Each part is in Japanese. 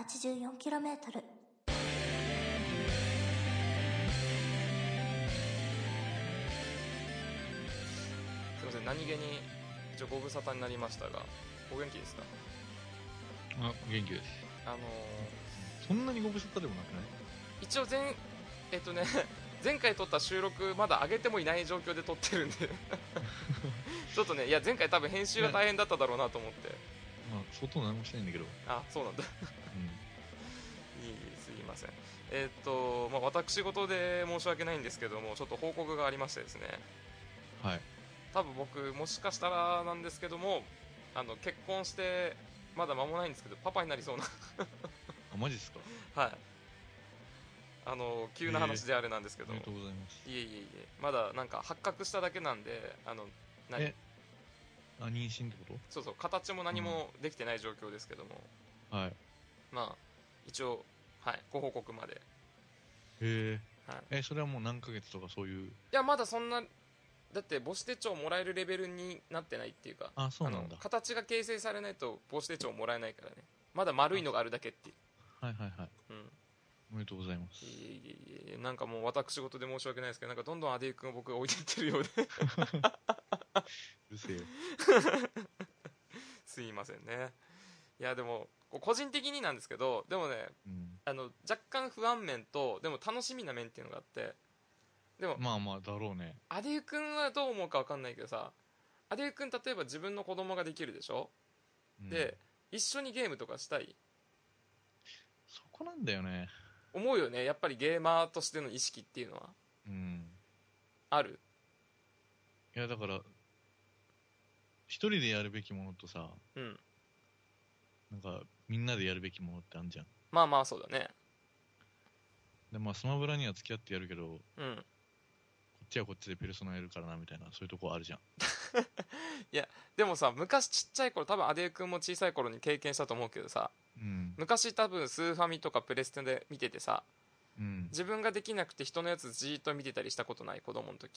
84km。 すいません、何気に一応ご無沙汰になりましたが、お元気ですか？ あ、元気です。そんなにご無沙汰でもなくない？ 一応前回撮った収録まだ上げてもいない状況で撮ってるんでちょっとね、いや前回多分編集が大変だっただろうなと思って。 まあ相当何もしてないんだけど。 あ、そうなんだいいすいません。私事で申し訳ないんですけども、ちょっと報告がありましてですね。 はい。 多分僕もしかしたらなんですけども、結婚してまだ間もないんですけどパパになりそうなあ、マジですか？ はい、急な話であれなんですけど、 おめでとうございます。 いえいえいえ、まだなんか発覚しただけなんで、 妊娠ってこそうそう、形も何もできてない状況ですけども、 と？はい。 まあ一応、はい、ご報告まで。 へはい、 え。それはもう何ヶ月とかそういう？ いやまだそんな、だって母子手帳もらえるレベルになってないっていうか、 あ、そうなんだ。 形が形成されないと母子手帳もらえないからね。まだ丸いのがあるだけっていう。 はいはいはい。おめでとうございます。 いえいえ、なんかもう私事で申し訳ないですけど、なんかどんどんアデュー君を僕が置いていってるようでうるせえよすいませんね。いやでも個人的になんですけど、でもね、若干不安面とでも楽しみな面っていうのがあって、でもまあまあだろうね。 アデュー君はどう思うか分かんないけどさ、アデュー君例えば自分の子供ができるでしょ、で一緒にゲームとかしたい？ そこなんだよね。 思うよね、やっぱりゲーマーとしての意識っていうのはある。 いやだから一人でやるべきものとさ、なんかみんなでやるべきものってあるじゃん。 まあまあそうだね。 でまあスマブラには付き合ってやるけど、こっちはこっちでペルソナやるからなみたいな、そういうとこあるじゃんいやでもさ、昔ちっちゃい頃、多分アデュー君も小さい頃に経験したと思うけどさ、昔多分スーファミとかプレステで見ててさ、自分ができなくて人のやつじーっと見てたりしたことない？子供の時。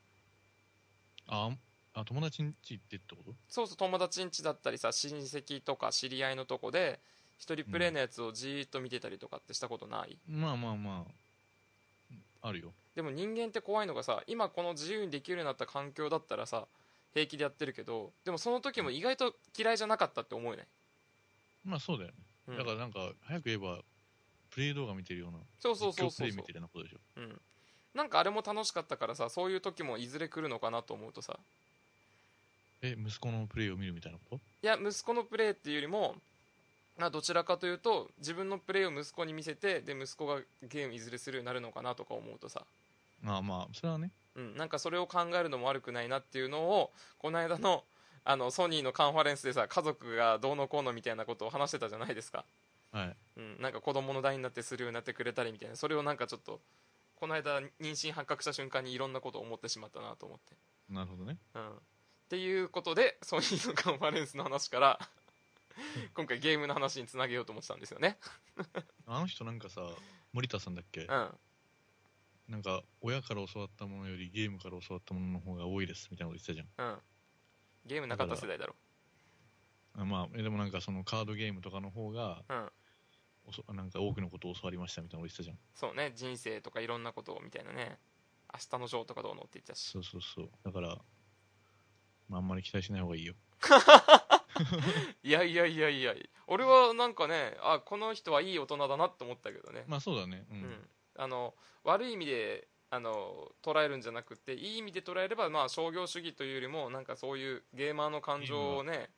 友達ん家行ってってこと？ そうそう、友達ん家だったりさ、親戚とか知り合いのとこで一人プレイのやつをじーっと見てたりとかってしたことない？ まあまあまああるよ。 でも人間って怖いのがさ、今この自由にできるようになった環境だったらさ平気でやってるけど、でもその時も意外と嫌いじゃなかったって思えない？ まあそうだよね、だからなんか早く言えばプレイ動画見てるような、 そうそうそうそう、 プレイ見てるようなことでしょ。 なんかあれも楽しかったからさ、そういう時もいずれ来るのかなと思うとさ。 息子のプレイを見るみたいなこと？ いや、息子のプレイっていうよりも、どちらかというと自分のプレイを息子に見せて、で息子がゲームいずれするようになるのかなとか思うとさ、 まあそれはね、 なんかそれを考えるのも悪くないなっていうのを、この間のソニーのカンファレンスでさ、家族がどうのこうのみたいなことを話してたじゃないですか。 はい、 なんか子供の代になってするようになってくれたりみたいな、それをなんかちょっとこの間妊娠発覚した瞬間にいろんなことを思ってしまったなと思って。 なるほどね。 っていうことでソニーのカンファレンスの話から今回ゲームの話につなげようと思ってたんですよねあの人なんかさ、森田さんだっけ、なんか親から教わったものよりゲームから教わったものの方が多いですみたいなこと言ってたじゃん。 ゲームなかった世代だろ。 まあでもなんかそのカードゲームとかの方が、なんか多くのことを教わりましたみたいなこと言ってたじゃん。 そうね、人生とかいろんなことをみたいなね。明日のジョーとかどうのって言ってたし。 そうだから、あんまり期待しない方がいいよいや俺はなんかね、この人はいい大人だなって思ったけどね。 まあそうだね、 悪い意味で捉えるんじゃなくて、いい意味で捉えれば、まあ商業主義というよりもなんかそういうゲーマーの感情をね、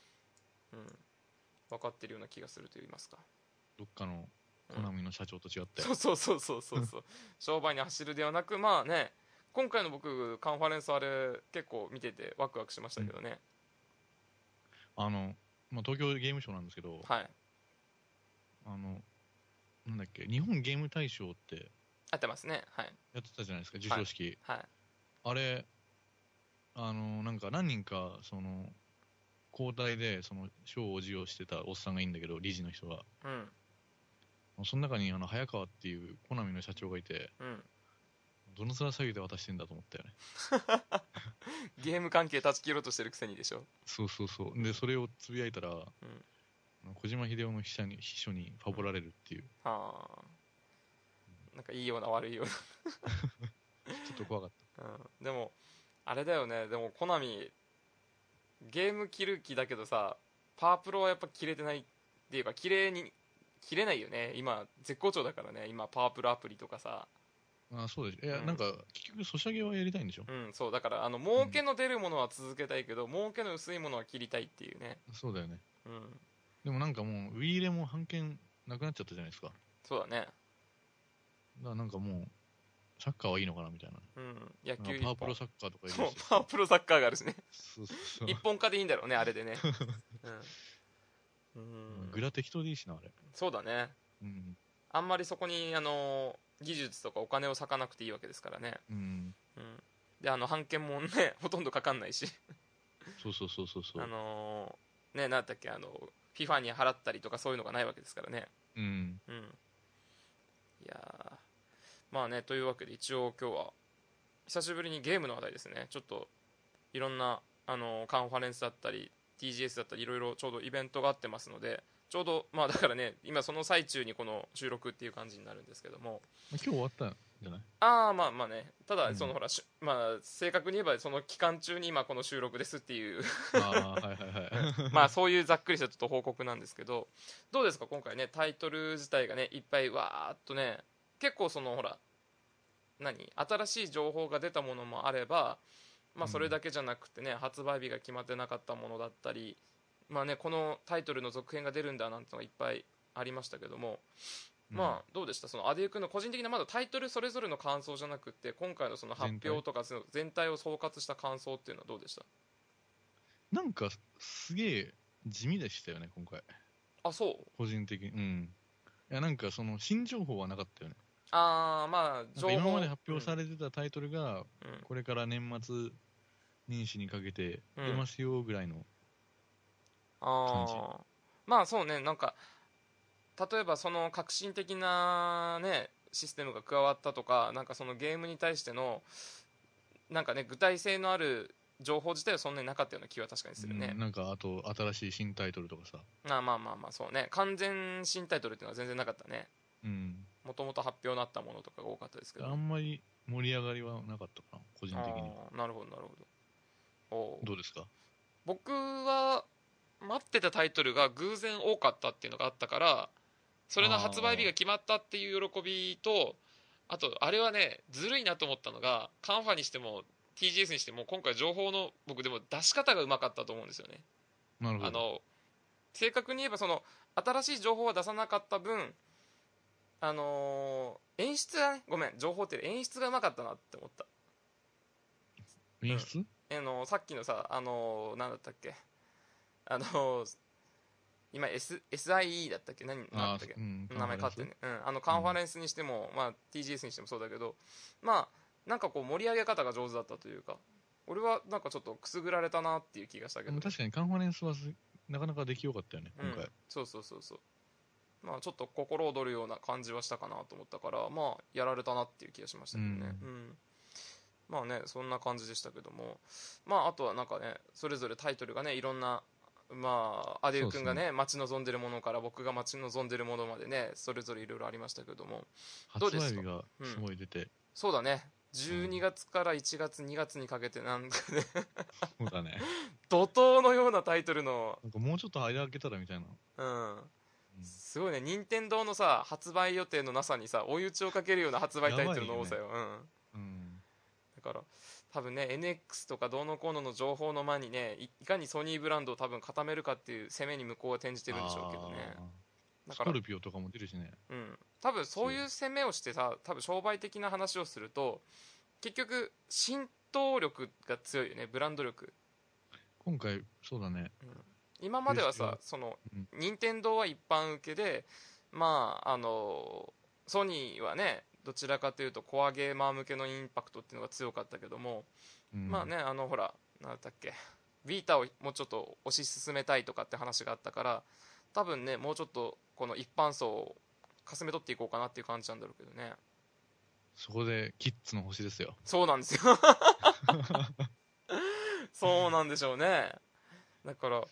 分かってるような気がすると言いますか。 どっかのコナミの社長と違って、 そう商売に走るではなく、まあね、今回の僕カンファレンスあれ結構見ててワクワクしましたけどね。 東京ゲームショウなんですけど、 はい、 なんだっけ、日本ゲーム大賞ってやってますね。はい、 やってたじゃないですか、授賞式。あれなんか何人かその交代でその賞を授与してたおっさんがいいんだけど、理事の人が、その中に早川っていうコナミの社長がいて、どの面下げて渡してんだと思ったよねゲーム関係断ち切ろうとしてるくせにでしょ。 そうでそれをつぶやいたら、 小島秀夫の秘書にファボられるっていう。 はあ。なんかいいような悪いようなちょっと怖かった。 でもあれだよね。でもコナミゲーム切る気だけどさ、パワープロはやっぱ切れてないっていうか、綺麗に切れないよね。今絶好調だからね。今パワープロアプリとかさ。 そうです。いや、なんか結局ソシャゲはやりたいんでしょ。 そうだから儲けの出るものは続けたいけど、儲けの薄いものは切りたいっていうね。 そうだよね。でもなんかもうウィーレも版権なくなっちゃったじゃないですか。 そうだね。 だからなんかもうサッカーはいいのかなみたいな。 野球パワープロサッカーとかそう、パワープロサッカーがあるしね。一本化でいいんだろうね、あれでね。 グラ適当でいいしな、あれ。 そうだね。あんまりそこに技術とかお金を割かなくていいわけですからね。で版権もねほとんどかかんないしそうね、なんだっけFIFA に払ったりとかそういうのがないわけですからね。いやまあね、というわけで一応今日は久しぶりにゲームの話題ですね。ちょっといろんなカンファレンスだったり TGS だったりいろいろちょうどイベントがあってますので、ちょうどまあだからね、今その最中にこの収録っていう感じになるんですけども、 今日終わったんじゃない？ まあね、ただそのほら、まあ正確に言えばその期間中に今この収録ですっていうまあそういうざっくりしたちょっと報告なんですけど、どうですか今回ね、タイトル自体がねいっぱいわーっとね、結構そのほら新しい情報が出たものもあれば、まあそれだけじゃなくてね、発売日が決まってなかったものだったり、まあね、このタイトルの続編が出るんだなんてのがいっぱいありましたけども、まあどうでした、そのアデュー君の個人的なまだタイトルそれぞれの感想じゃなくて、今回のその発表とかその全体を総括した感想っていうのはどうでした？ なんかすげえ地味でしたよね今回。 そう？ 個人的に。いやなんかその新情報はなかったよね。 まあ情報、 今まで発表されてたタイトルが、これから年末年始にかけて出ますよぐらいの感じ。 まあそうね、なんか例えばその革新的なねシステムが加わったとか、なんかそのゲームに対してのなんかね具体性のある情報自体はそんなになかったような気は確かにするね。 なんかあと新しい新タイトルとかさ、 まあそうね、完全新タイトルっていうのは全然なかったね。もともと発表になったものとかが多かったですけど、 あんまり盛り上がりはなかったかな個人的には。 なるほど。 どうですか？ 僕は待ってたタイトルが偶然多かったっていうのがあったから、それの発売日が決まったっていう喜びと、あとあれはねずるいなと思ったのが、カンファにしても TGS にしても今回情報の僕でも出し方がうまかったと思うんですよね。 なるほど。 正確に言えばその新しい情報は出さなかった分、演出がね、情報って演出がうまかったなって思った。 演出？ さっきのさ、なんだったっけ、今、SIE だったっけ、何だったっけ、名前変わってね、カンファレンスにしても、まあ、TGS にしてもそうだけど、まあなんかこう盛り上げ方が上手だったというか、俺はなんかちょっとくすぐられたなっていう気がしたけど、 確かにカンファレンスはなかなか出来よかったよね今回。 そう、まあちょっと心躍るような感じはしたかなと思ったから、まあやられたなっていう気がしましたけどね。まあね、そんな感じでしたけども、まああとはなんかね、それぞれタイトルがねいろんな、まあアデュー君がね待ち望んでるものから僕が待ち望んでるものまでね、それぞれいろいろありましたけども、どうですか？ 発売日がすごい出て、 そうだね、12月から1月2月にかけてなんかねそうだね怒涛のようなタイトルの、 なんかもうちょっと間開けたらみたいな。 すごいね、任天堂のさ発売予定のなさにさ追い打ちをかけるような発売タイトルの多さよ。だから多分ね NX とかどうのこうのの情報の前にね、いかにソニーブランドを多分固めるかっていう攻めに向こうは転じてるんでしょうけどね。 だからスコルピオとかも出るしね。 多分そういう攻めをしてさ、多分商売的な話をすると結局浸透力が強いよね、ブランド力。 今回そうだね、 今まではさ、その任天堂は一般受けで、まあソニーはねどちらかというとコアゲーマー向けのインパクトっていうのが強かったけども、まあねほらなんだっけ、ビータをもうちょっと推し進めたいとかって話があったから、多分ねもうちょっとこの一般層をかすめ取っていこうかなっていう感じなんだろうけどね。 そこでキッズの星ですよ。 そうなんですよそうなんでしょうね。だから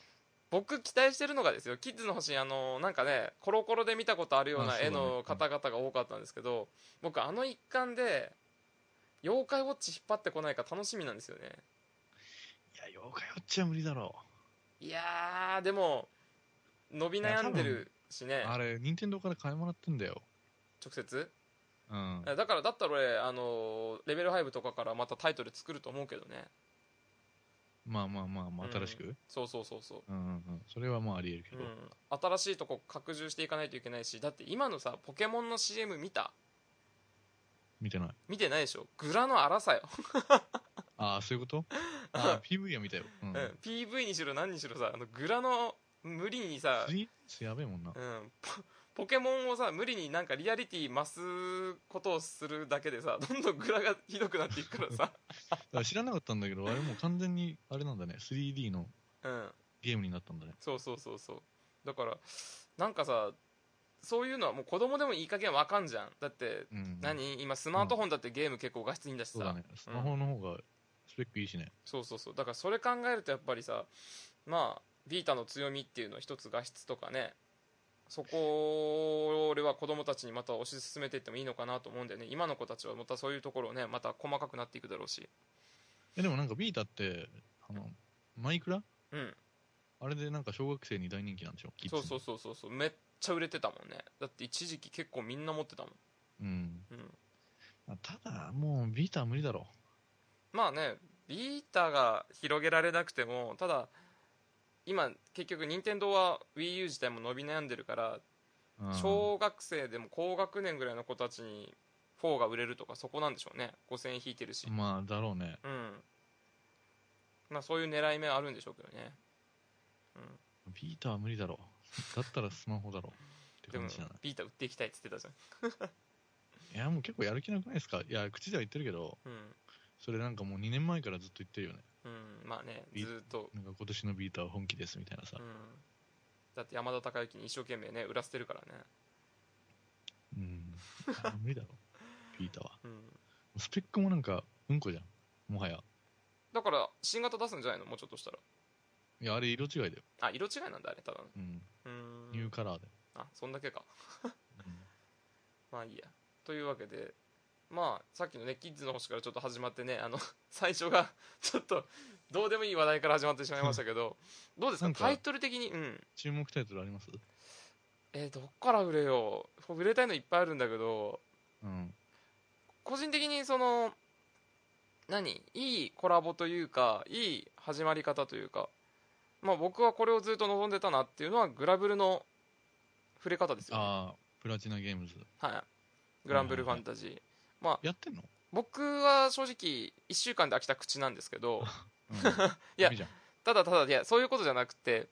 僕期待してるのがですよ、キッズの星なんかねコロコロで見たことあるような絵の方々が多かったんですけど、僕あの一環で妖怪ウォッチ引っ張ってこないか楽しみなんですよね。 いや妖怪ウォッチは無理だろう。いやーでも伸び悩んでるしね。 あれ任天堂から買いもらってんだよ直接。 うん、 だったら俺レベル5とかからまたタイトル作ると思うけどね。 まあ新しく、 そう、 それはまあありえるけど、 新しいとこ拡充していかないといけないし、だって今のさポケモンの CM 見た？ 見てない。 見てないでしょ。グラの荒さよああそういうこと。ああ PV は見たよ、 PV にしろ何にしろさグラの無理にさやべえもんな、 ポケモンをさ無理になんかリアリティ増すことをするだけでさどんどんグラがひどくなっていくからさだから知らなかったんだけど、あれもう完全にあれなんだね、 3D のゲームになったんだね、 そうだからなんかさそういうのはもう子供でもいい加減わかんじゃん。だって、今スマートフォンだってゲーム結構画質いいんだしさ、 そうだね、スマホの方がスペックいいしね、 そうだからそれ考えるとやっぱりさ、まあビータの強みっていうのは一つ画質とかね、そこを俺は子供たちにまた推し進めていってもいいのかなと思うんだよね。今の子たちはまたそういうところをねまた細かくなっていくだろうし。 でもなんかビータってマイクラ、 うん、 あれでなんか小学生に大人気なんでしょ、キッズに。 そうめっちゃ売れてたもんね。だって一時期結構みんな持ってたもん。 ただもうビータは無理だろう。まあね、ビータが広げられなくても、ただ今結局任天堂は WiiU 自体も伸び悩んでるから、小学生でも高学年ぐらいの子たちに4が売れるとかそこなんでしょうね。5000円引いてるし、 まあだろうね、 まあそういう狙い目はあるんでしょうけどね。 ビータは無理だろう、だったらスマホだろうって感じじゃない。 でもビータ売っていきたいって言ってたじゃんいやもう結構やる気なくないですか。いや口では言ってるけど、それなんかもう2年前からずっと言ってるよね。 まあね、ずっとなんか今年のビータは本気ですみたいなさ、 だって山田孝之に一生懸命ね売らせてるからね。 無理だろビータは、スペックもなんかうんこじゃんもはや。 だから新型出すんじゃないの、もうちょっとしたら。 いやあれ色違いだよ。 あ、色違いなんだあれただの。 ニューカラーで。 あ、そんだけかまあいいや。というわけで、まあさっきのねキッズの星からちょっと始まってね、最初がちょっとどうでもいい話題から始まってしまいましたけどどうですかタイトル的に。 注目タイトルあります？ どっから売れよう。売れたいのいっぱいあるんだけど、個人的にそのいいコラボというかいい始まり方というか、まあ僕はこれをずっと望んでたなっていうのはグラブルの触れ方ですよね。 ああプラチナゲームズ、 グランブルファンタジー、まあやってんの？ 僕は正直1週間で飽きた口なんですけどいやただいやそういうことじゃなくて、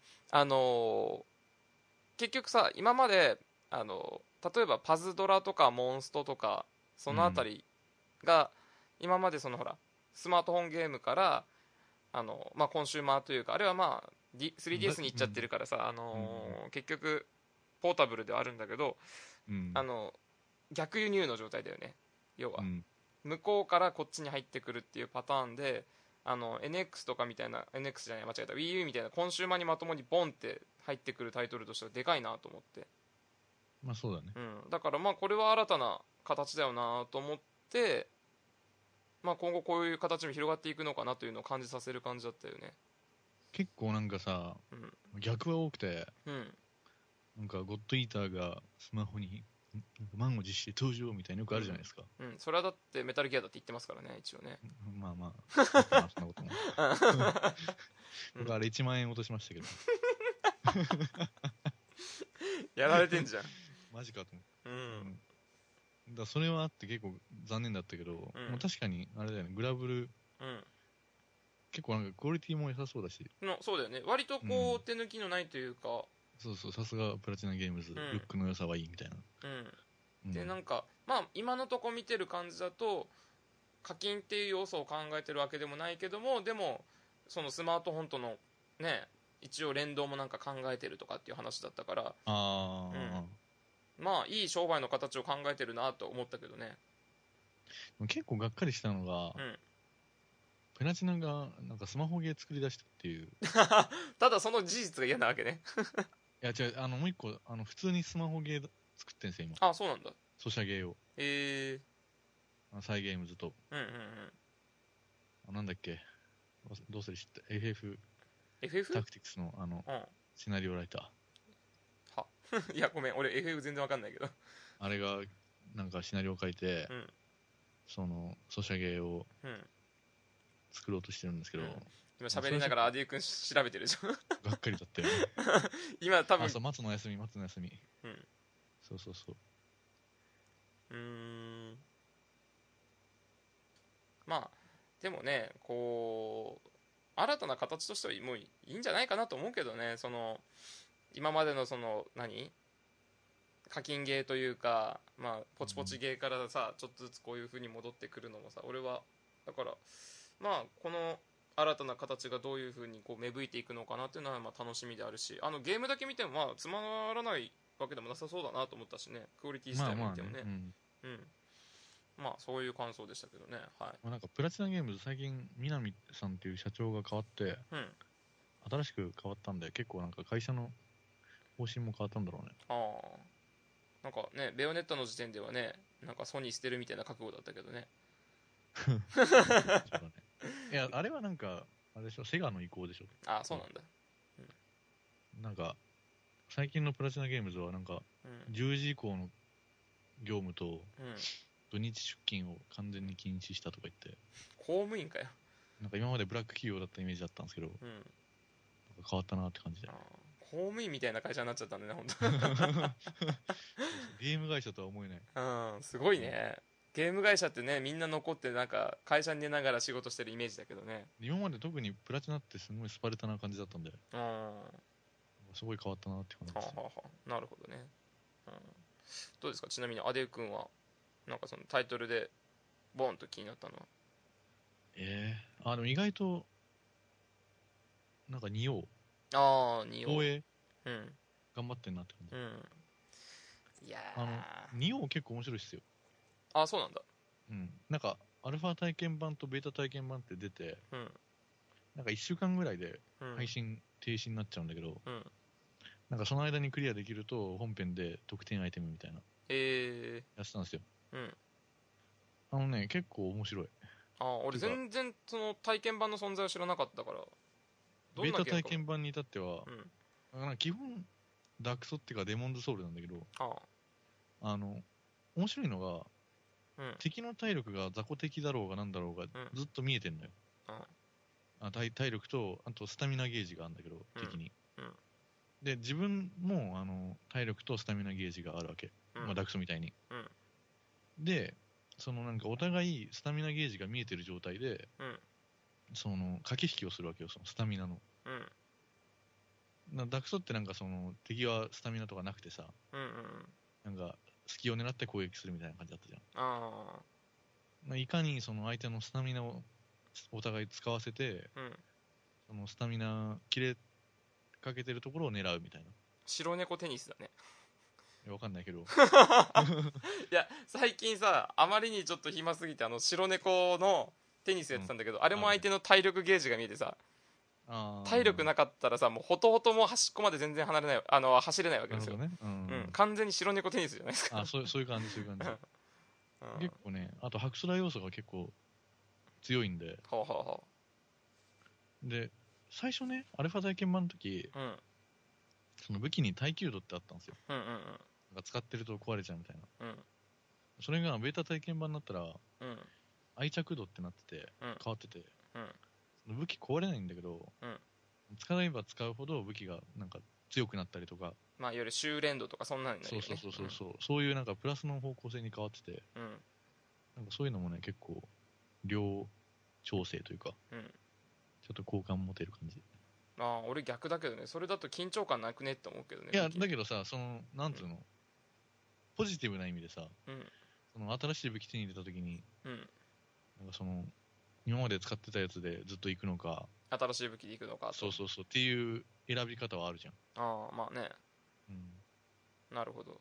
結局さ今まで例えばパズドラとかモンストとかそのあたりが、今までそのほらスマートフォンゲームからまあ、コンシューマーというかあれはまあ 3DS に行っちゃってるからさ、結局ポータブルではあるんだけど、逆輸入の状態だよね要は、向こうからこっちに入ってくるっていうパターンでNX とかみたいな NX じゃない間違えた WiiU みたいなコンシューマーにまともにボンって入ってくるタイトルとしてはでかいなと思って、 まあそうだね、 だからまあこれは新たな形だよなと思って、まあ、今後こういう形も広がっていくのかなというのを感じさせる感じだったよね。 結構なんかさ、逆は多くて、なんかゴッドイーターがスマホに満を持して登場みたいなよくあるじゃないですか、 それはだってメタルギアだって言ってますからね一応ね。 まあそんなことも僕あれ1万円落としましたけどやられてんじゃんマジかと思って、だそれはあって結構残念だったけど、もう確かにあれだよね、グラブル、結構なんかクオリティも良さそうだし、 そうだよね、割とこう、手抜きのないというか、 そうさすがプラチナゲームズ、ルックの良さはいいみたいな、 でなんかまあ今のとこ見てる感じだと課金っていう要素を考えてるわけでもないけども、でもそのスマートフォンとのね一応連動もなんか考えてるとかっていう話だったから、まあいい商売の形を考えてるなと思ったけどね。 結構がっかりしたのが、 プラチナがなんかスマホゲー作り出したっていうただその事実が嫌なわけね。 いや違う、もう一個普通にスマホゲー作ってんすよ今。 あ、そうなんだ。 ソシャゲーを。サイゲームズと。 うんうんうん。なんだっけ、どうせ知って FF タクティクスのうん、 シナリオライター。はいやごめん、俺 FF 全然わかんないけど。 あれがなんかシナリオを書いて、 うん、 そのソシャゲーを作ろうとしてるんですけど、 今喋りながらアディ君調べてるじゃん。 がっかりだったよね。 今多分そう、松の休み。 うんそうそうそう。 まあでもね、こう新たな形としてはもういいんじゃないかなと思うけどね。その今までのその課金ゲーというか、まあ、ポチポチゲーからさ、ちょっとずつこういう風に戻ってくるのもさ、俺はだからまあこの新たな形がどういう風にこう芽吹いていくのかなっていうのはまあ楽しみであるし、ゲームだけ見てもまあつまらないわけでもなさそうだなと思ったしね。クオリティ自体も見てもね、まあそういう感想でしたけどね。はい。 なんかプラチナゲームズ最近南さんっていう社長が変わって、新しく変わったんで、結構なんか会社の方針も変わったんだろうね。 なんかね、ベヨネットの時点ではね、なんかソニー捨てるみたいな覚悟だったけどね。 いや、あれはなんかあれでしょ、セガの意向でしょ。 ああ、そうなんだ。 なんか最近のプラチナゲームズはなんか、10時以降の業務と、土日出勤を完全に禁止したとか言って。 公務員かよ。 なんか今までブラック企業だったイメージだったんですけど、なんか変わったなって感じで。 公務員みたいな会社になっちゃったんだね、本当。 ゲーム会社とは思えない。 すごいね。ゲーム会社ってね、みんな残ってなんか会社に出ながら仕事してるイメージだけどね。 今まで特にプラチナってすごいスパルタな感じだったんで、すごい変わったなって感じです。 なるほどね。どうですか、ちなみにアデウ君はなんかそのタイトルでボーンと気になったのは。 でも意外となんか仁王仁王東映、頑張ってんなって感じ。 いや仁王結構面白いっすよ。 そうなんだ。 なんかアルファ体験版とベータ体験版って出て、なんか1週間ぐらいで配信停止になっちゃうんだけど、なんかその間にクリアできると本編で特典アイテムみたいなやってたんですよ。結構面白い。 俺全然その体験版の存在を知らなかったから。 ベータ体験版に至っては、基本ダークソっていうかデモンズソウルなんだけど、面白いのが、敵の体力が雑魚敵だろうがなんだろうがずっと見えてんのよ。体力とあとスタミナゲージがあるんだけど、敵に。で自分も体力とスタミナゲージがあるわけ、ダクソみたいに。でそのなんかお互いスタミナゲージが見えてる状態で、その駆け引きをするわけよ、そのスタミナの。ダクソってなんかその敵はスタミナとかなくてさ、なんか隙を狙って攻撃するみたいな感じだったじゃん。いかにその相手のスタミナをお互い使わせて、そのスタミナ切れかけてるところを狙うみたいな。 白猫テニスだね。 わかんないけど。 いや最近さ、あまりにちょっと暇すぎて白猫のテニスやってたんだけど、あれも相手の体力ゲージが見えてさ、体力なかったらさ、もうほとほとも端っこまで全然離れない走れないわけですよ。完全に白猫テニスじゃないですか。 そういう感じ結構ね、あとハクスラ要素が結構強いんで。で最初ね、アルファ体験版の時、その武器に耐久度ってあったんですよ。なんか使ってると壊れちゃうみたいな。それがベータ体験版になったら、愛着度ってなってて、変わってて、武器壊れないんだけど、使えば使うほど武器がなんか強くなったりとか、 いわゆる修練度とかそんなのになるよね。 そういうなんかプラスの方向性に変わってて、なんかそういうのもね、結構両調整というか、ちょっと好感持てる感じ。 俺逆だけどね、それだと緊張感なくねって思うけどね。 いやだけどさ、そのなんつうの、ポジティブな意味でさ、その新しい武器手に入れた時に、なんかその今まで使ってたやつでずっと行くのか、 新しい武器で行くのかと。 そうっていう選び方はあるじゃん。 まあね。なるほど。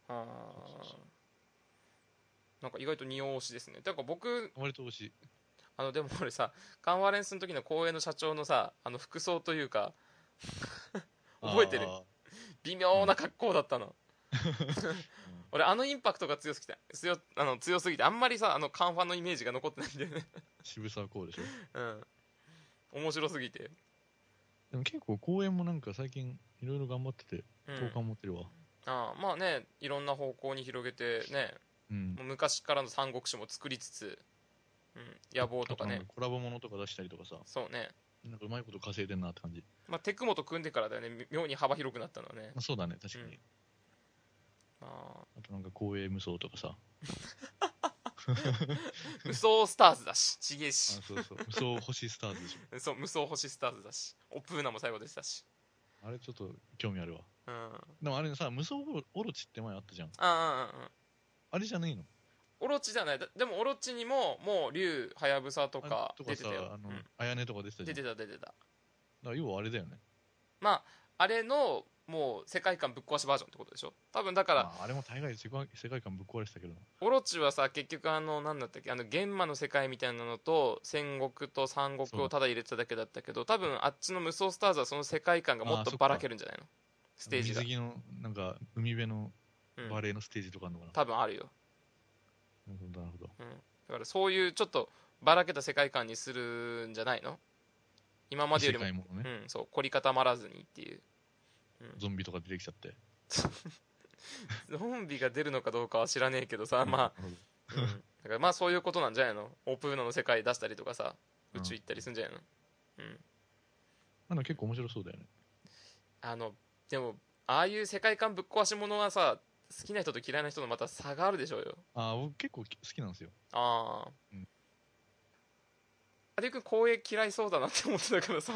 なんか意外と仁王推しですね。だから僕割と推し。 でも俺さカンファレンスの時の公園の社長のさ服装というか覚えてる？微妙な格好だったの、俺インパクトが強すぎて強すぎてあんまりさカンファのイメージが残ってないんだよね渋沢公でしょ。 面白すぎて。 でも結構公園もなんか最近いろいろ頑張ってて好感持ってるわ。 まあね、いろんな方向に広げてね、もう昔からの三国志も作りつつ、野望とかね、 コラボものとか出したりとかさ、 そうね、 なんかうまいこと稼いでんなって感じ。 テクモと組んでからだよね、妙に幅広くなったのはね。 そうだね、確かに。あとなんか光栄無双とかさ無双スターズだし、ちげえし。 そうそう、無双星スターズでしょそう、無双星スターズだし、オプーナも最後でしたし。 あれちょっと興味あるわ。でもあれさ、無双オロチって前あったじゃん。あれじゃねえの？ オロチじゃない。でもオロチにももう竜はやぶさとか出てたよ。 あやねとか出てたじゃん。 出てた。 だから要はあれだよね。 まああれのもう世界観ぶっ壊しバージョンってことでしょ多分。だからあれも大概世界観ぶっ壊れてたけど、 オロチはさ結局なんだったっけ、玄魔の世界みたいなのと戦国と三国をただ入れてただけだったけど、多分あっちの無双スターズはその世界観がもっとばらけるんじゃないの？ステージが水着のなんか海辺のバレエのステージとかあるのかな、 多分あるよ。 なるほど、 だからそういうちょっとばらけた世界観にするんじゃないの？今までよりも、そう凝り固まらずにっていう、 ゾンビとか出てきちゃってゾンビが出るのかどうかは知らねえけどさ、まあ、だからまあそういうことなんじゃないの？オープンの世界出したりとかさ、宇宙行ったりするんじゃないの？ 結構面白そうだよね。 でもああいう世界観ぶっ壊し物はさ、好きな人と嫌いな人のまた差があるでしょうよ。 僕結構好きなんですよ。 あれくん光栄嫌いそうだなって思ってたからさ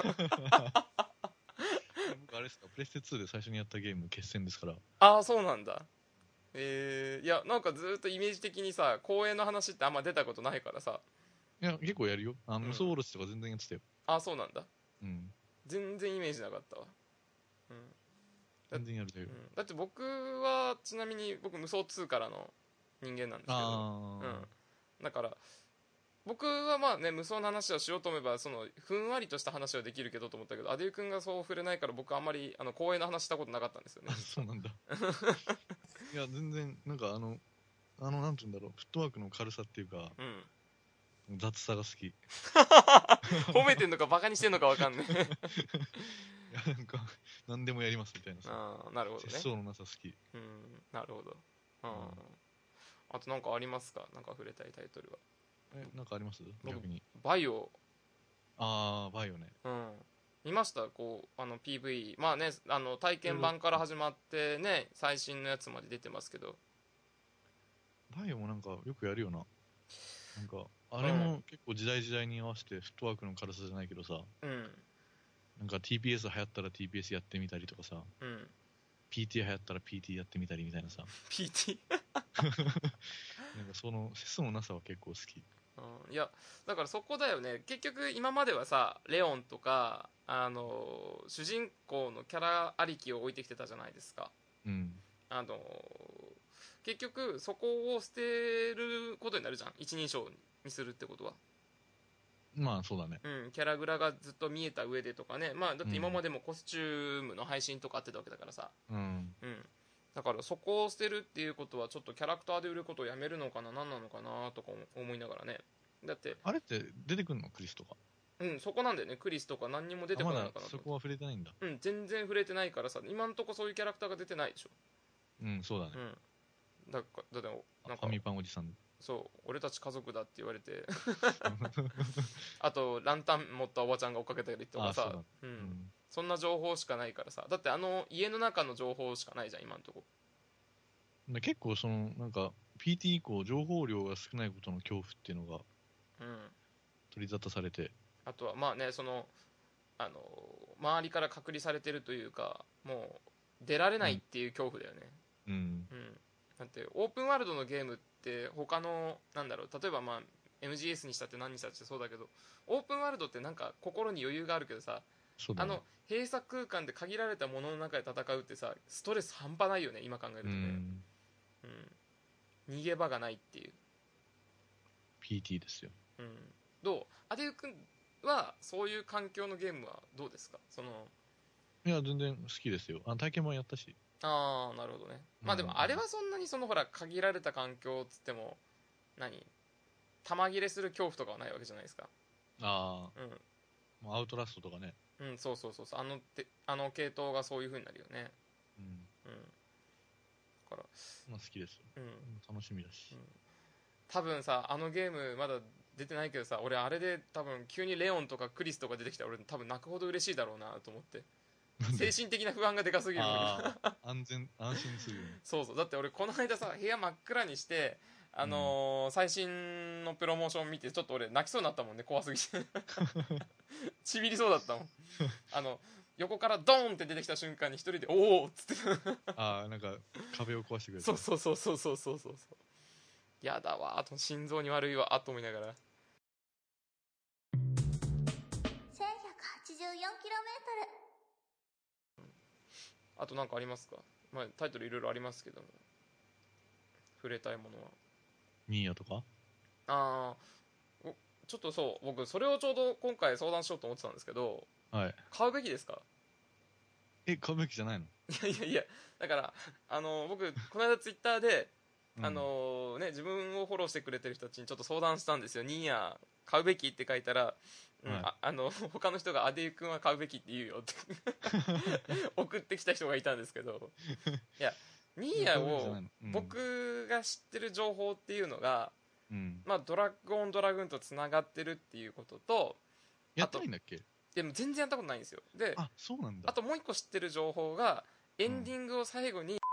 僕あれですか、プレステ2で最初にやったゲーム決戦ですから。 そうなんだ。いやなんかずっとイメージ的にさ光栄の話ってあんま出たことないからさ。 いや結構やるよ。無双オロチとか全然やってたよ。 そうなんだ。全然イメージなかったわ。 全然やるだよ。 だって僕はちなみに僕無双2からの人間なんですけど、だから僕はまあね無双の話をしようと思えばそのふんわりとした話はできるけどと思ったけど、アデュー君がそう触れないから僕あんまり光栄の話したことなかったんですよね。 そうなんだいや全然なんかなんて言うんだろう、フットワークの軽さっていうか、雑さが好き褒めてんのかバカにしてんのか分かんないいやなんか何でもやりますみたいなさ。 なるほどね。 節操のなさ好き。 なるほど。あとなんかありますか？なんか触れたいタイトルは。 なんかあります？逆にバイオ。 バイオね。 見ました？こうPV まあね体験版から始まってね最新のやつまで出てますけど、 バイオもなんかよくやるよな。なんかあれも結構時代に合わせてフットワークの軽さじゃないけどさ、なんか TPS 流行ったら TPS やってみたりとかさ、PT 流行ったら PT やってみたりみたいなさ PT なんかその節操のなさは結構好き。 いやだからそこだよね。結局今まではさレオンとか主人公のキャラありきを置いてきてたじゃないですか。結局そこを捨てることになるじゃん、一人称にするってことは。 まあそうだね。 キャラグラがずっと見えた上でとかね、まあだって今までもコスチュームの配信とかあってたわけだからさ、だからそこを捨てるっていうことはちょっとキャラクターで売ることをやめるのかな、何なのかなとか思いながらね。だってあれって出てくるの？クリスとか。 そこなんだよね。クリスとか何にも出てこないのかなと。 そこは触れてないんだ。 全然触れてないからさ、今んとこそういうキャラクターが出てないでしょ。 そうだね。 だってなんかファミパンおじさん。 そう俺たち家族だって言われてあとランタン持ったおばちゃんが追っかけたりとかさ、そんな情報しかないからさ。だって家の中の情報しかないじゃん今んとこ。 結構そのなんか PT 以降情報量が少ないことの恐怖っていうのが取り沙汰されて、 あとはまあねその周りから隔離されてるというか、もう出られないっていう恐怖だよね。だってオープンワールドのゲームって他のなんだろう、例えばまあ MGS にしたって何にしたってそうだけど、オープンワールドってなんか心に余裕があるけどさ、閉鎖空間で限られたものの中で戦うってさストレス半端ないよね今考えるとね。逃げ場がないっていう。 PT ですよ。 どうアデュー君はそういう環境のゲームはどうですか？ いや全然好きですよ。体験版やったし。 ああなるほどね。まあでもあれはそんなにほら限られた環境っつっても弾切れする恐怖とかはないわけじゃないですか。 ああ、うん、アウトラストとかね。 うん、そうあの系統がそういう風になるよね。うん、 だからまあ好きですよ、楽しみだし、 多分さあのゲームまだ出てないけどさ、俺あれで多分急にレオンとかクリスとか出てきたら俺多分泣くほど嬉しいだろうなと思って。精神的な不安がでかすぎる。 安心するよね。 そうだって俺この間さ部屋真っ暗にして最新のプロモーション見てちょっと俺泣きそうになったもんね、怖すぎて。ちびりそうだったもん。横からドーンって出てきた瞬間に一人でおおっつってなんか壁を壊してくれる。 そうやだわあと心臓に悪いわと思いながら。 1184km。 あと何かありますか？まあ、タイトルいろいろありますけども触れたいものはニーヤとか。 ちょっとそう僕それをちょうど今回相談しようと思ってたんですけど、 はい、 買うべきですか？ 買うべきじゃないの？ いやだから僕この間ツイッターで自分をフォローしてくれてる人たちにちょっと相談したんですよ。ニーヤ買うべきって書いたら、他の人がアデュ君は買うべきって言うよって送ってきた人がいたんですけど、いやニーヤを僕が知ってる情報っていうのが、まあ、ドラッグオンドラグーンとつながってるっていうことと、 やってないんだっけ？ でも全然やったことないんですよ。で、 そうなんだ。 あともう一個知ってる情報がエンディングを最後に、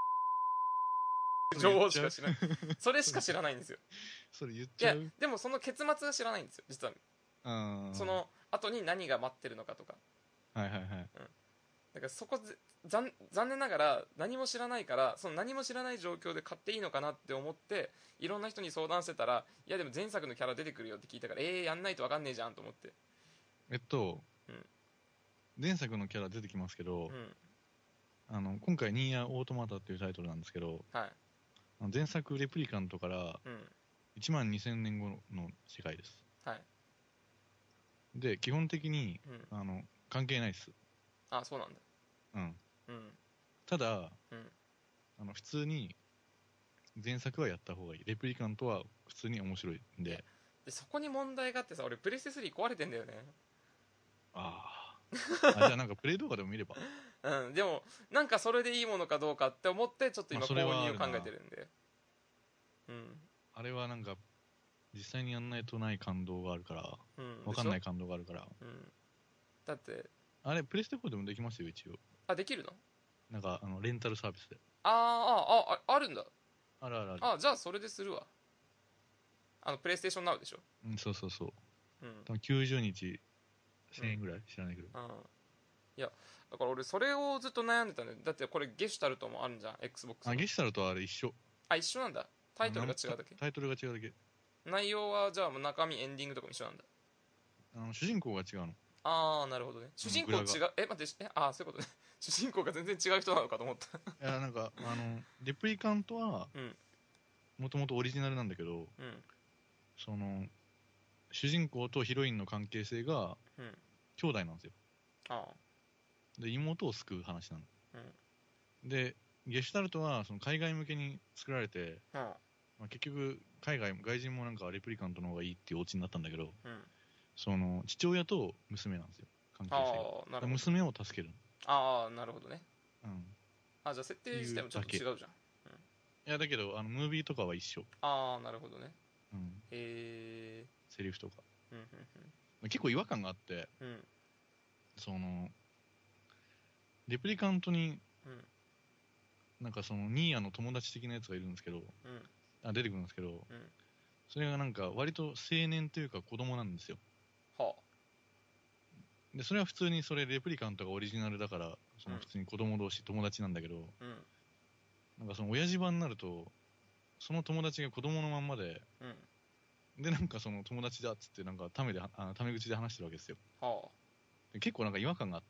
情報しか知らない。それしか知らないんですよ。 それ言っちゃう？ いやでもその結末が知らないんですよ実は。その後に何が待ってるのかとか。だからそこ残念ながら何も知らないから、その何も知らない状況で買っていいのかなって思っていろんな人に相談してたら、いやでも前作のキャラ出てくるよって聞いたからやんないと分かんねえじゃんと思って。 前作のキャラ出てきますけど、今回ニーヤオートマタっていうタイトルなんですけど、前作レプリカントから1万2000年後の世界です。で基本的に、関係ないです。 そうなんだ。 ただ、普通に前作はやった方がいい。レプリカントは普通に面白いんで。 そこに問題があってさ、俺プレステ3壊れてんだよね。 じゃあなんかプレイ動画でも見れば。 でもなんかそれでいいものかどうかって思ってちょっと今購入を考えてるんで。 あれはなんか実際にやんないとない感動があるから、分かんない感動があるから。 だってあれプレステ4でもできますよ一応。 できるの？ なんかレンタルサービスで。 あるんだ。 ある。 じゃあそれでするわ。プレイステーションナウでしょ。 そう。多分90日1000円ぐらい、知らないけど。 いやだから俺それをずっと悩んでたね。だってこれゲシュタルトもあるんじゃん XBOX。 ゲシュタルトはあれ一緒。 一緒なんだ。タイトルが違うだけ。 タイトルが違うだけ。 内容はじゃあ中身エンディングとかも一緒なんだ。 主人公が違うの。 なるほどね。主人公違う。待ってそういうことね。主人公が全然違う人なのかと思った。 いやなんかレプリカントはもともとオリジナルなんだけど、その主人公とヒロインの関係性が兄弟なんですよ。で妹を救う話なの。でゲシュタルトはその海外向けに作られて、結局外人もなんかレプリカントの方がいいっていうオチになったんだけど、その父親と娘なんですよ関係性が。娘を助ける。 なるほどね。じゃあ設定自体もちょっと違うじゃん。 いやだけどムービーとかは一緒。 なるほどね。 セリフとか結構違和感があって、そのレプリカントになんかそのニーヤの友達的なやつがいるんですけど、出てくるんですけど、それがなんか割と青年というか子供なんですよ。でそれは普通にレプリカントがオリジナルだからその普通に子供同士友達なんだけど、なんかその親父版になるとその友達が子供のまんまで、でなんかその友達だっつってなんかタメ口で話してるわけですよ。で結構なんか違和感があって、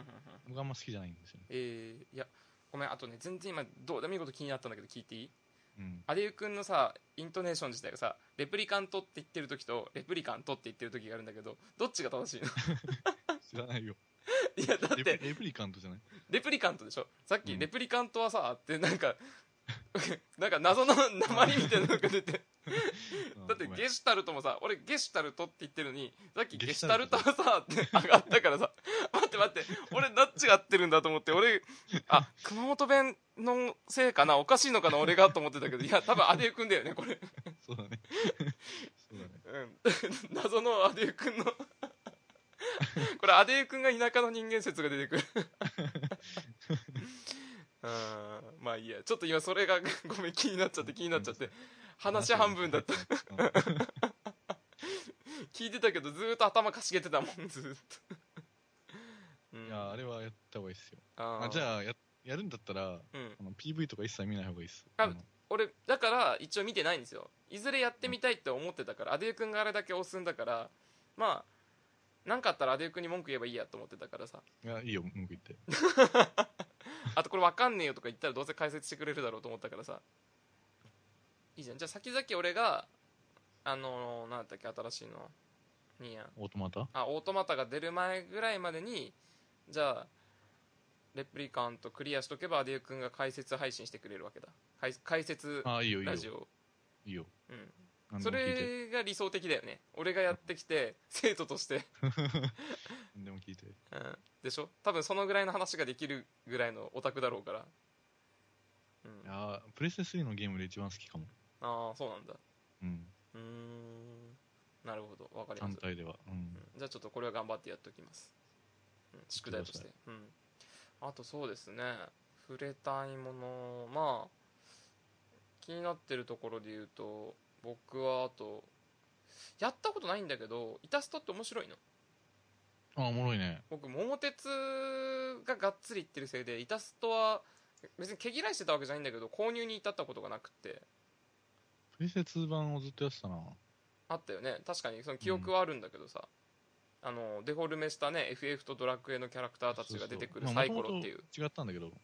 僕あんま好きじゃないんですよね。 いやごめん、あとね全然今どうでもいいこと気になったんだけど聞いていい？ アデュー君のさイントネーション自体がさレプリカントって言ってる時とレプリカントって言ってる時があるんだけど、どっちが正しいの？ 知らないよ。 いやだってレプリカントじゃない？ レプリカントでしょ。さっきレプリカントはさってなんか謎の鉛みたいなのが出てだってゲシュタルトもさ、俺ゲシュタルトって言ってるのにさっきゲシュタルトはさって上がったからさ待って俺どっちが合ってるんだと思って、俺熊本弁のせいかな、おかしいのかな俺がと思ってたけど、いや多分アデュー君だよねこれ。 そうだねそうだね、 謎のアデュー君のこれアデュー君が田舎の人間説が出てくるまあいいや、ちょっと今それがごめん気になっちゃって話半分だった聞いてたけどずーっと頭かしげてたもんずーっといやあれはやった方がいいっすよ。じゃあやるんだったら、PV とか一切見ない方がいいっす。 俺だから一応見てないんですよ。いずれやってみたいって思ってたから、アデュー君があれだけ押すんだから、まあ何かあったらアデュー君に文句言えばいいやと思ってたからさ。 いやいいよ文句言ってあとこれ分かんねえよとか言ったらどうせ解説してくれるだろうと思ったからさ、いいじゃん。じゃあ先々俺がなんだったっけ新しいのにやんオートマタオートマタが出る前ぐらいまでにじゃあレプリカントクリアしとけばアデュー君が解説配信してくれるわけだ。解説ラジオいいよ、 それが理想的だよね。俺がやってきて生徒としてでも聞いて、 でしょ。多分そのぐらいの話ができるぐらいのオタクだろうから、 いやプレステ3のゲームで一番好きかも。 ああそうなんだ。 うんなるほど、分かりました。 単体では、 じゃあちょっとこれは頑張ってやっておきます、宿題として。あとそうですね、触れたいもの、まあ気になってるところで言うと、僕はあとやったことないんだけど、イタストって面白いの？ おもろいね。 僕桃鉄ががっつりいってるせいでイタストは別に毛嫌いしてたわけじゃないんだけど購入に至ったことがなくて。 プレステ2版をずっとやってたな。 あったよね、確かにその記憶はあるんだけどさ、デフォルメしたね FF とドラクエのキャラクターたちが出てくるサイコロっていう、 違ったんだけど、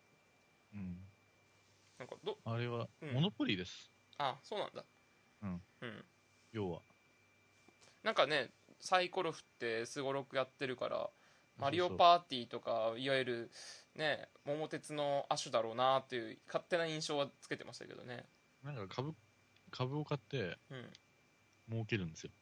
なんかあれはモノポリーです。 そうなんだ。 要はなんかねサイコロ振ってすごろくやってるから、マリオパーティーとかいわゆるね桃鉄の亜種だろうなっていう勝手な印象はつけてましたけどね。 なんか株を買って儲けるんですよ。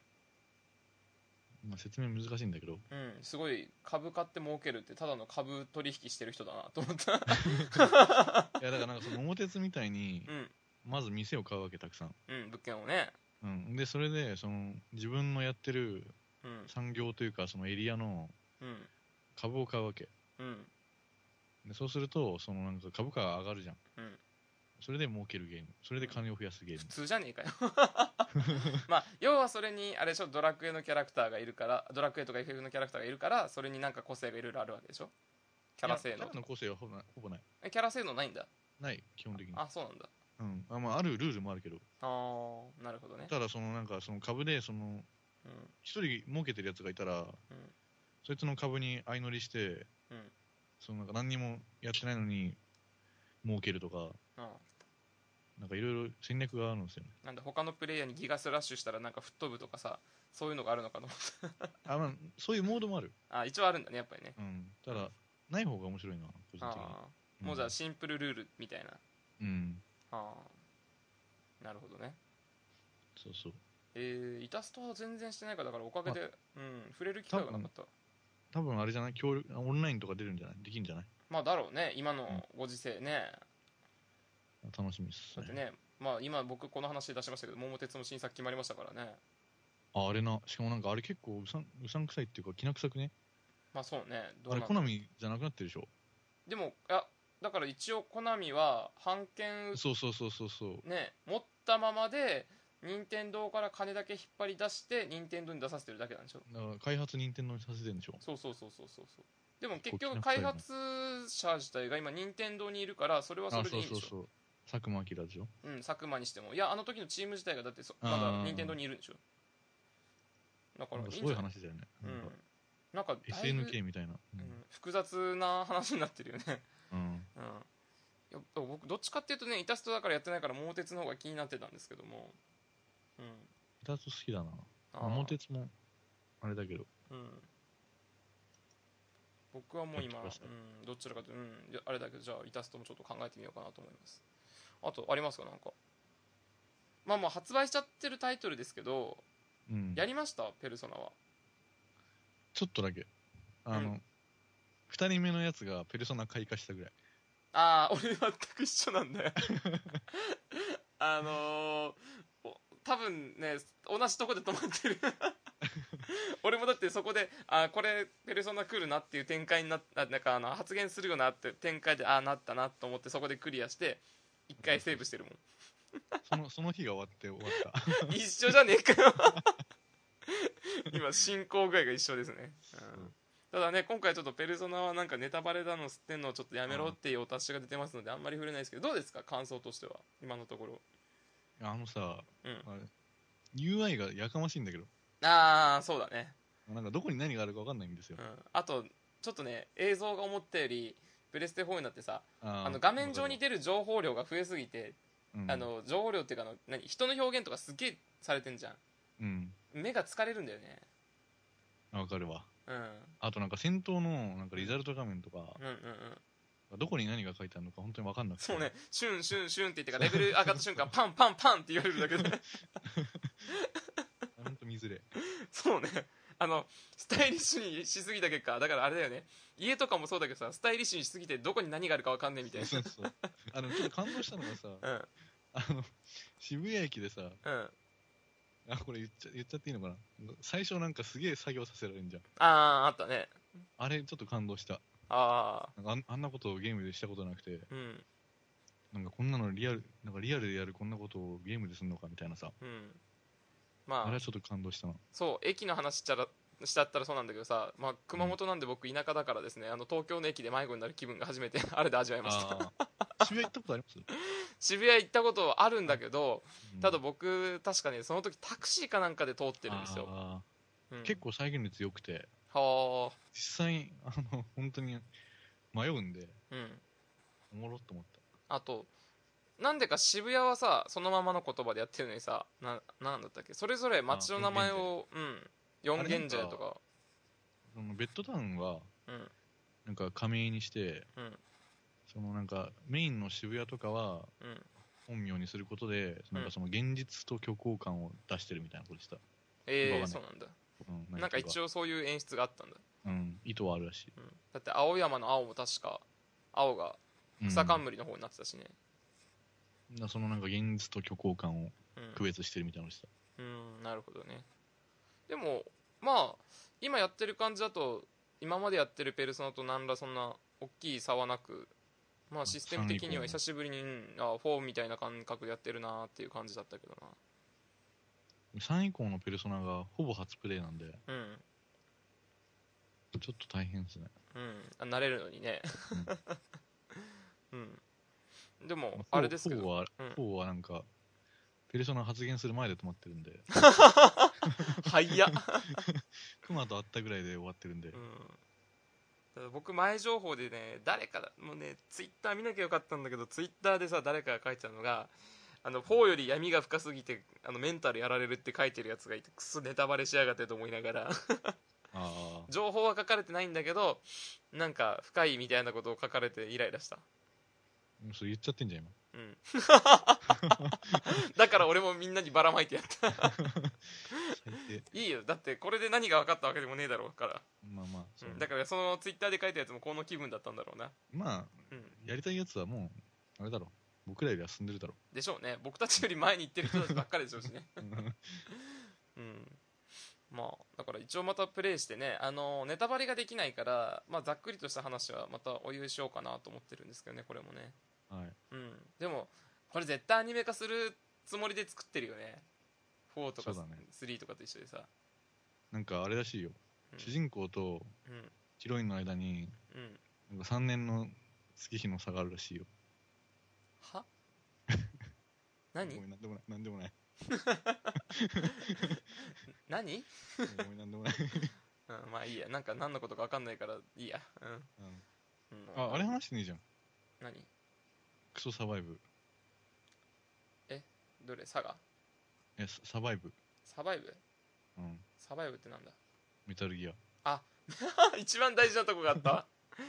説明難しいんだけど、 すごい株買って儲けるってただの株取引してる人だなと思ったいやだからなんかその桃鉄みたいに、まず店を買うわけ、たくさん、 物件をね、 でそれでその自分のやってる産業というかそのエリアの株を買うわけ、でそうするとそのなんか株価が上がるじゃん、それで儲けるゲーム、それで金を増やすゲーム。 普通じゃねえかよまあ要はそれにあれでしょ、ドラクエのキャラクターがいるから、ドラクエとか FF のキャラクターがいるから、それになんか個性がいろいろあるわけでしょ。キャラ性能、 キャラの個性はほぼない。 キャラ性能ないんだ。 ない基本的に。 そうなんだ。 あるルールもあるけど。 なるほどね。 ただそのなんかその株でその一人儲けてるやつがいたら、そいつの株に相乗りして、そのなんか何にもやってないのに儲けるとか、なんかいろいろ戦略があるんですよね。 なんだ他のプレイヤーにギガスラッシュしたらなんか吹っ飛ぶとかさ、そういうのがあるのかと思ったそういうモードもある。 一応あるんだねやっぱりね。 ただない方が面白いな個人的に。 もうじゃあシンプルルールみたいな。なるほどね。 そうそう。 イタストは全然してないから、だからおかげで触れる機会がなかった。 多分あれじゃない、オンラインとか出るんじゃない、できるんじゃない。 まあだろうね、今のご時世ね。 楽しみですね。 だってね、まあ今僕この話出しましたけど、桃鉄の新作決まりましたからね。 あれな、しかもなんかあれ結構うさんくさいっていうかきな臭くね。 まあそうね。 あれコナミじゃなくなってるでしょ。 でもだから一応コナミは版権そうね持ったままで任天堂から金だけ引っ張り出して任天堂に出させてるだけなんでしょ。 だから開発任天堂にさせてるんでしょ。 そうでも結局開発者自体が今任天堂にいるから、それはそれでいいんでしょ。 佐久間明でしょ。 佐久間にしても、いやあの時のチーム自体がだってまだ任天堂にいるんでしょ。だからすごい話だよね。 なんか SNK みたいな、 複雑な話になってるよねいや僕どっちかっていうとねイタストだからやってないから桃鉄の方が気になってたんですけども、 イタスト好きだな。桃鉄もあれだけど、 僕はもう今、どちらかというと、あれだけど、じゃあイタストもちょっと考えてみようかなと思います。あとありますか？なんかまあ発売しちゃってるタイトルですけど、やりましたペルソナは？ ちょっとだけ2人目のやつがペルソナ開花したぐらい。 俺全く一緒なんだよ多分ね同じとこで止まってる俺もだってそこでこれペルソナ来るなっていう展開になったなんか発言するよなって展開でなったなと思ってそこでクリアして一回セーブしてるもんその日が終わった一緒じゃねえかよ今進行具合が一緒ですね、ただね今回ちょっとペルソナはなんかネタバレだの吸ってんのをちょっとやめろっていうお達しが出てますのであんまり触れないですけど、どうですか感想としては今のところ。 UI がやかましいんだけど。 そうだね。 なんかどこに何があるか分かんないんですよ、 あとちょっとね映像が思ったよりプレステ4になってさ画面上に出る情報量が増えすぎて、情報量っていうか人の表現とかすげえされてんじゃん、目が疲れるんだよね。 分かるわ。あとなんか戦闘のなんかリザルト画面とか、どこに何が書いてあるのか本当に分かんなくて。 そうね、シュンシュンシュンって言ってからレベル上がった瞬間パンパンパンって言われるだけで本当見づれ。 そうね、スタイリッシュにしすぎた結果だからあれだよね、家とかもそうだけどさスタイリッシュにしすぎてどこに何があるか分かんねえみたいな。 そうちょっと感動したのがさ、渋谷駅でさ、これ言っちゃっていいのかな。最初なんかすげえ作業させられるんじゃん。 あったね。 あれちょっと感動した。あんなことをゲームでしたことなくて、なんかこんなのリアルでやるこんなことをゲームでするのかみたいなさ、あれはちょっと感動したな。 そう駅の話しちゃったらそうなんだけどさ、熊本なんで僕田舎だからですね、東京の駅で迷子になる気分が初めてあれで味わいました渋谷行ったことあります？ 渋谷行ったことあるんだけど、ただ僕確かねその時タクシーかなんかで通ってるんですよ。 結構再現率良くて、実際本当に迷うんで、おもろっと思った。 あとなんでか渋谷はさそのままの言葉でやってるのにさなんだったっけ、それぞれ街の名前を四軒茶屋とかベッドタウンはなんか仮名にして、そのなんかメインの渋谷とかは本名にすることで、なんかその現実と虚構感を出してるみたいなことでした。 そうなんだ、なんか一応そういう演出があったんだ。 意図はあるらしい、 だって青山の青も確か青が草冠の方になってたしね、 そのなんか現実と虚構感を区別してるみたいなのでした。 なるほどね。でもまあ今やってる感じだと今までやってるペルソナと何らそんな大きい差はなく、システム的には久しぶりに4みたいな感覚でやってるなっていう感じだったけどな。 3以降のペルソナがほぼ初プレイなんで、ちょっと大変ですね。 慣れるのにねでもあれですけど 4はなんかペルソナ発言する前で止まってるんで早っクマと会ったぐらいで終わってるんで、 僕前情報でね誰かもうねツイッター見なきゃよかったんだけど、ツイッターでさ誰かが書いてたのが4より闇が深すぎてメンタルやられるって書いてるやつがいて、クソネタバレしやがってと思いながら情報は書かれてないんだけどなんか深いみたいなことを書かれてイライラした。 それ言っちゃってんじゃん今。 だから俺もみんなにばらまいてやったいいよ、だってこれで何が分かったわけでもねえだろうから。だからそのツイッターで書いたやつもこの気分だったんだろうな。 やりたいやつはもうあれだろう、僕らよりは進んでるだろうでしょうね。僕たちより前に行ってる人たちばっかりでしょうしねだから一応またプレイしてね、ネタバレができないから、ざっくりとした話はまたお言いしようかなと思ってるんですけどね、これもね。でもこれ絶対アニメ化するつもりで作ってるよね、4とか3とかと一緒でさ。 なんかあれらしいよ、主人公とヒロインの間になんか3年の月日の差があるらしいよ。 は何なんでもない何なんでもないまあいいや、なんか何のことか分かんないからいいや。 あれ話してねえじゃん。 何クソサバイブ。 どれサガ？ サバイブ。 サバイブ？ うん。 サバイブってなんだ？ メタルギア。 あ一番大事なとこがあった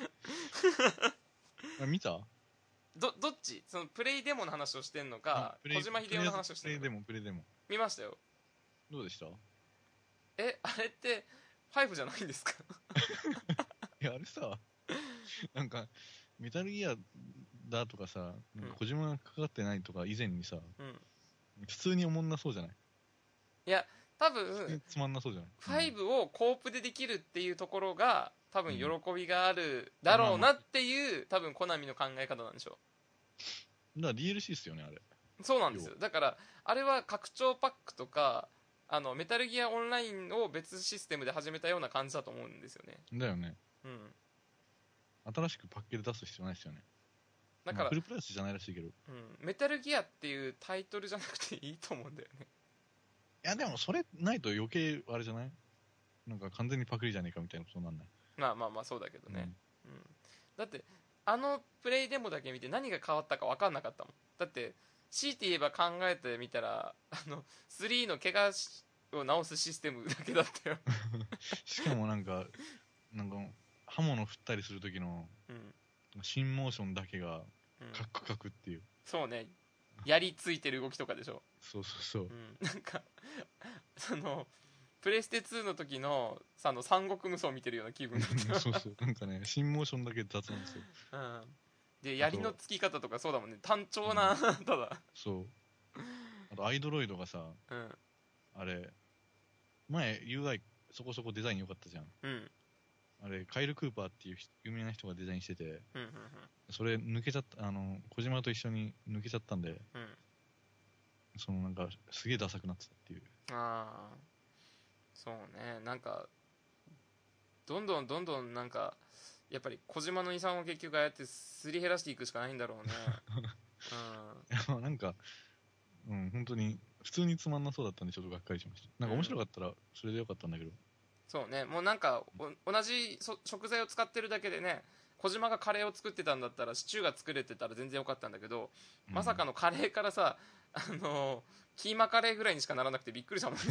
見た？ どっち？そのプレイデモの話をしてんのか、小島秀夫の話をしてんのか。 プレイデモ。 見ましたよ。 どうでした？ あれって5じゃないんですか？ いや、あれさ、なんかメタルギアだとかさ、なんか小島がかかってないとか以前にさ、普通におもんなそうじゃない？ いや多分つまんなそうじゃない？ 5をコープでできるっていうところが多分喜びがあるだろうなっていう多分コナミの考え方なんでしょう。だから DLC っすよね、あれ。 そうなんですよ。だからあれは拡張パックとかメタルギアオンラインを別システムで始めたような感じだと思うんですよね。 だよね。新しくパッケージ出す必要ないですよね。だからフルプライスじゃないらしいけど、 メタルギアっていうタイトルじゃなくていいと思うんだよね。 いやでもそれないと余計あれじゃない？なんか完全にパクリじゃねえかみたいなことになんない？ まあそうだけどね、だってプレイデモだけ見て何が変わったか分かんなかったもん。だって強いて言えば考えてみたら3の怪我を治すシステムだけだったよしかもなんか刃物振ったりする時の、新モーションだけがカクカクっていう、 そうね、やりついてる動きとかでしょ。 そうそうそう、 なんかプレステ2の時の三国無双を見てるような気分だったそうそう、なんかね、新モーションだけ雑なんですよ。 で槍のつき方とかそうだもんね、単調な、ただそう。あとアイドロイドがさ、あれ前 UI そこそこデザイン良かったじゃん。あれカイル・クーパーっていう有名な人がデザインしてて、それ抜けちゃった、小島と一緒に抜けちゃったんで、なんかすげえダサくなってたっていう。 そうね、なんかどんどんなんかやっぱり小島の遺産を結局ああやってすり減らしていくしかないんだろうね。 なんか本当に普通につまんなそうだったんでちょっとがっかりしました。なんか面白かったらそれでよかったんだけど、 そうね、もうなんか同じ食材を使ってるだけでね、小島がカレーを作ってたんだったらシチューが作れてたら全然よかったんだけど、まさかのカレーからさキーマカレーぐらいにしかならなくてびっくりしたもんね。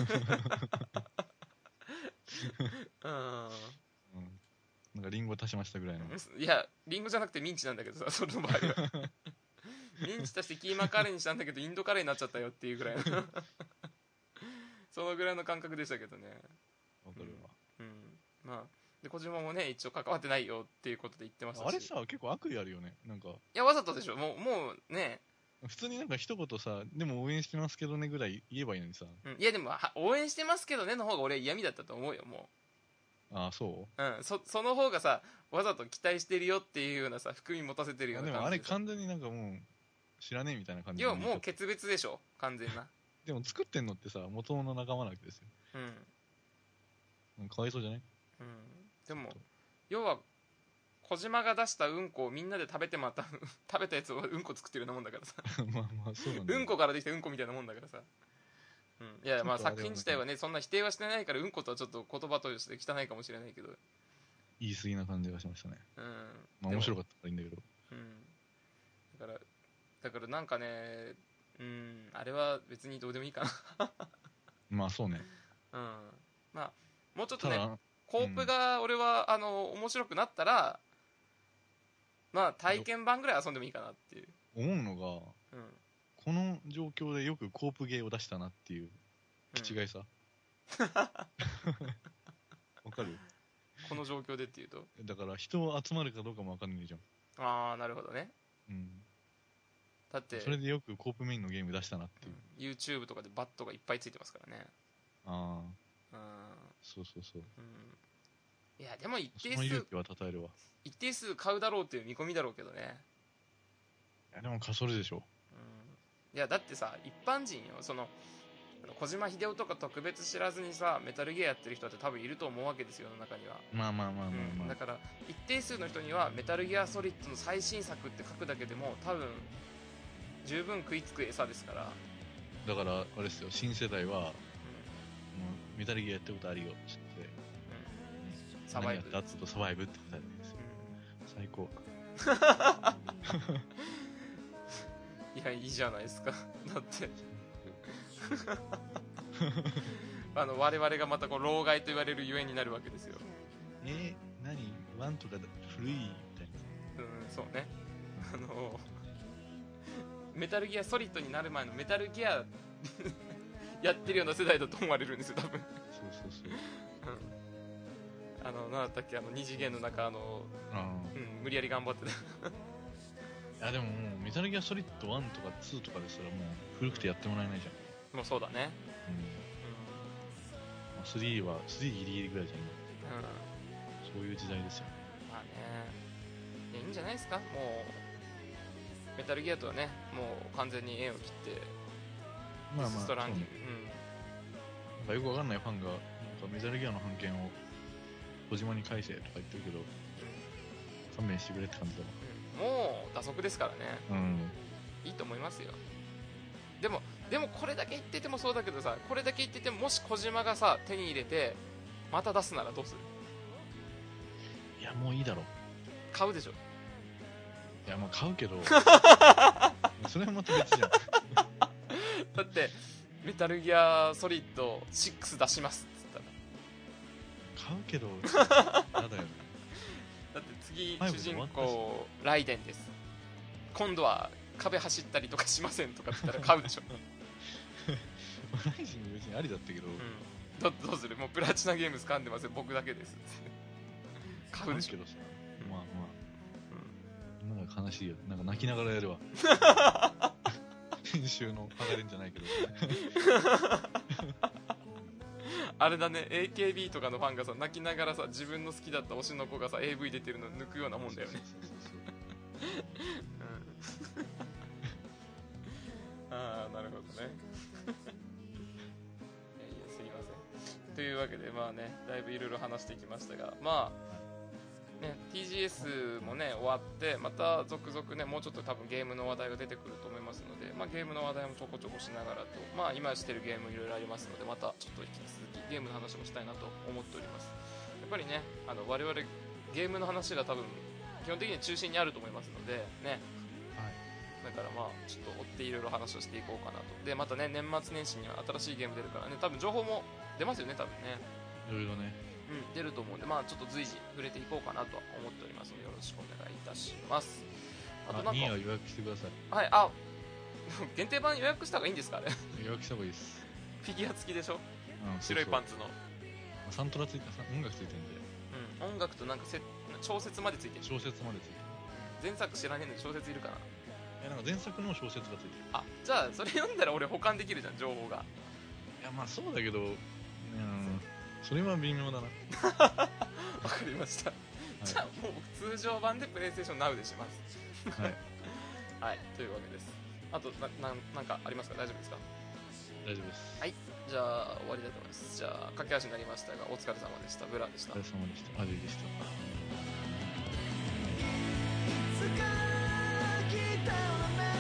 なんかリンゴ足しましたぐらいの。 いやリンゴじゃなくてミンチなんだけどさ、それの場合はミンチ足してキーマカレーにしたんだけどインドカレーになっちゃったよっていうぐらいのそのぐらいの感覚でしたけどね。 わかるわ。 まあで小島もね一応関わってないよっていうことで言ってましたし、 あれさ結構悪意あるよね。なんかいやわざとでしょ。もうね、 普通になんか一言さ、でも応援してますけどねぐらい言えばいいのにさ、 いやでも応援してますけどねの方が俺嫌味だったと思うよ。もうそう、 その方がさ、わざと期待してるよっていうようなさ含み持たせてるような感じで。 でもあれ完全になんかもう知らねえみたいな感じで、 要はもう決別でしょ完全なでも作ってんのってさ元の仲間なわけですよ。かわいそうじゃない？ でも要は小島が出したうんこをみんなで食べてまた食べたやつをうんこ作ってるようなもんだからさまあそうなんだ、 うんこからできたうんこみたいなもんだからさ、いやまあ作品自体はねそんな否定はしてないからうんことはちょっと言葉として汚いかもしれないけど、 言い過ぎな感じがしましたね。まあ面白かったからいいんだけど、 だからなんかね、あれは別にどうでもいいかなまあそうね、 まあもうちょっとねコープが俺は面白くなったらまあ体験版ぐらい遊んでもいいかなっていう思うのが、この状況でよくコープゲーを出したなっていう気違いさ、わかる？ この状況でっていうとだから人集まるかどうかもわかんないじゃん。 ああなるほどね。だってそれでよくコープメインのゲーム出したなっていう、 YouTube とかでバットがいっぱいついてますからね。 そうそうそう、 いやでも一定数その勇気は称えるわ。 一定数買うだろうっていう見込みだろうけどね。 いやでもかそれでしょ。 いやだってさ一般人よ、小島秀夫とか特別知らずにさメタルギアやってる人って多分いると思うわけですよ世の中には。 まあ、 だから一定数の人にはメタルギアソリッドの最新作って書くだけでも多分十分食いつく餌ですから。 だからあれですよ、新世代は、もうメタルギアやったことあるよって言って、 サバイブ、 何やったっつうとサバイブって答えるんですよ、最高いや、いいじゃないですか。だって我々がまたこう老害と言われるゆえんになるわけですよ。 何ワンとか古いみたいな。 そうね。メタルギアソリッドになる前のメタルギアやってるような世代だと思われるんですよ、多分。 そう、 なんだったっけ、二次元の中無理やり頑張ってたいやでももうメタルギアソリッド1とか2とかですらもう古くてやってもらえないじゃん。 もうそうだね。 3ギリギリぐらいじゃん、そういう時代ですよ。 まあね、いいんじゃないですか。もうメタルギアとはね、もう完全に縁を切って、ストランディング、 なんかよくわかんないファンがなんかメタルギアの版権を小島に返せとか言ってるけど、勘弁してくれって感じだもん。もう打足ですからね。いいと思いますよ。でもこれだけ言っててもそうだけどさ、これだけ言ってても、もし小島がさ手に入れてまた出すならどうする？ いやもういいだろ。 買うでしょ。 いやもう買うけどそれはまた別じゃんだってメタルギアソリッド6出しますっつったら買うけどやだよ。 だって次主人公ライデンです、今度は壁走ったりとかしませんとかって言ったら買うでしょライジング別にありだったけど、 どうする？もうプラチナゲームズ噛んでません、僕だけです買うでしょ。 けどさ、まあ、なんか悲しいよ。なんか泣きながらやるわ編集の剥がれんじゃないけどあれだね、 AKB とかのファンがさ泣きながらさ、自分の好きだった推しの子がさ AV 出てるの抜くようなもんだよね。ああ、なるほどねすいません。というわけでまあね、だいぶいろいろ話してきましたが、まあね、TGS もね終わって、また続々ね、もうちょっと多分ゲームの話題が出てくると思いますので、まあ、ゲームの話題もちょこちょこしながらと、まあ、今してるゲームいろいろありますので、またちょっと引き続きゲームの話もしたいなと思っております。やっぱりね、我々ゲームの話が多分基本的に中心にあると思いますのでね、だからまあちょっと追っていろいろ話をしていこうかなと。でまたね、年末年始には新しいゲーム出るからね、多分情報も出ますよね、多分ね。 いろいろね、 出ると思うんで、まあちょっと随時触れていこうかなとは思っておりますので、よろしくお願いいたします。あとなんか 2は予約してください。 はい、限定版予約した方がいいんですかね予約した方がいいです。 フィギュア付きでしょ、白いパンツの。 サントラついて、音楽ついてるんで。 音楽となんか小説までついてる。 小説までついてる。 前作知らねえのに小説いるかな。 なんか前作の小説がついてる。 じゃあそれ読んだら俺保管できるじゃん、情報が。 いやまあそうだけど、それは微妙だなわかりました、じゃあもう通常版でプレイステーション NOW でしますはい、というわけです。あとなんかありますか？大丈夫ですか？ 大丈夫です。 はい、じゃあ終わりたいと思います。じゃあ駆け足になりましたが、お疲れ様でした。ブラでした。 お疲れ様でした。アディでした。 いつか来たのね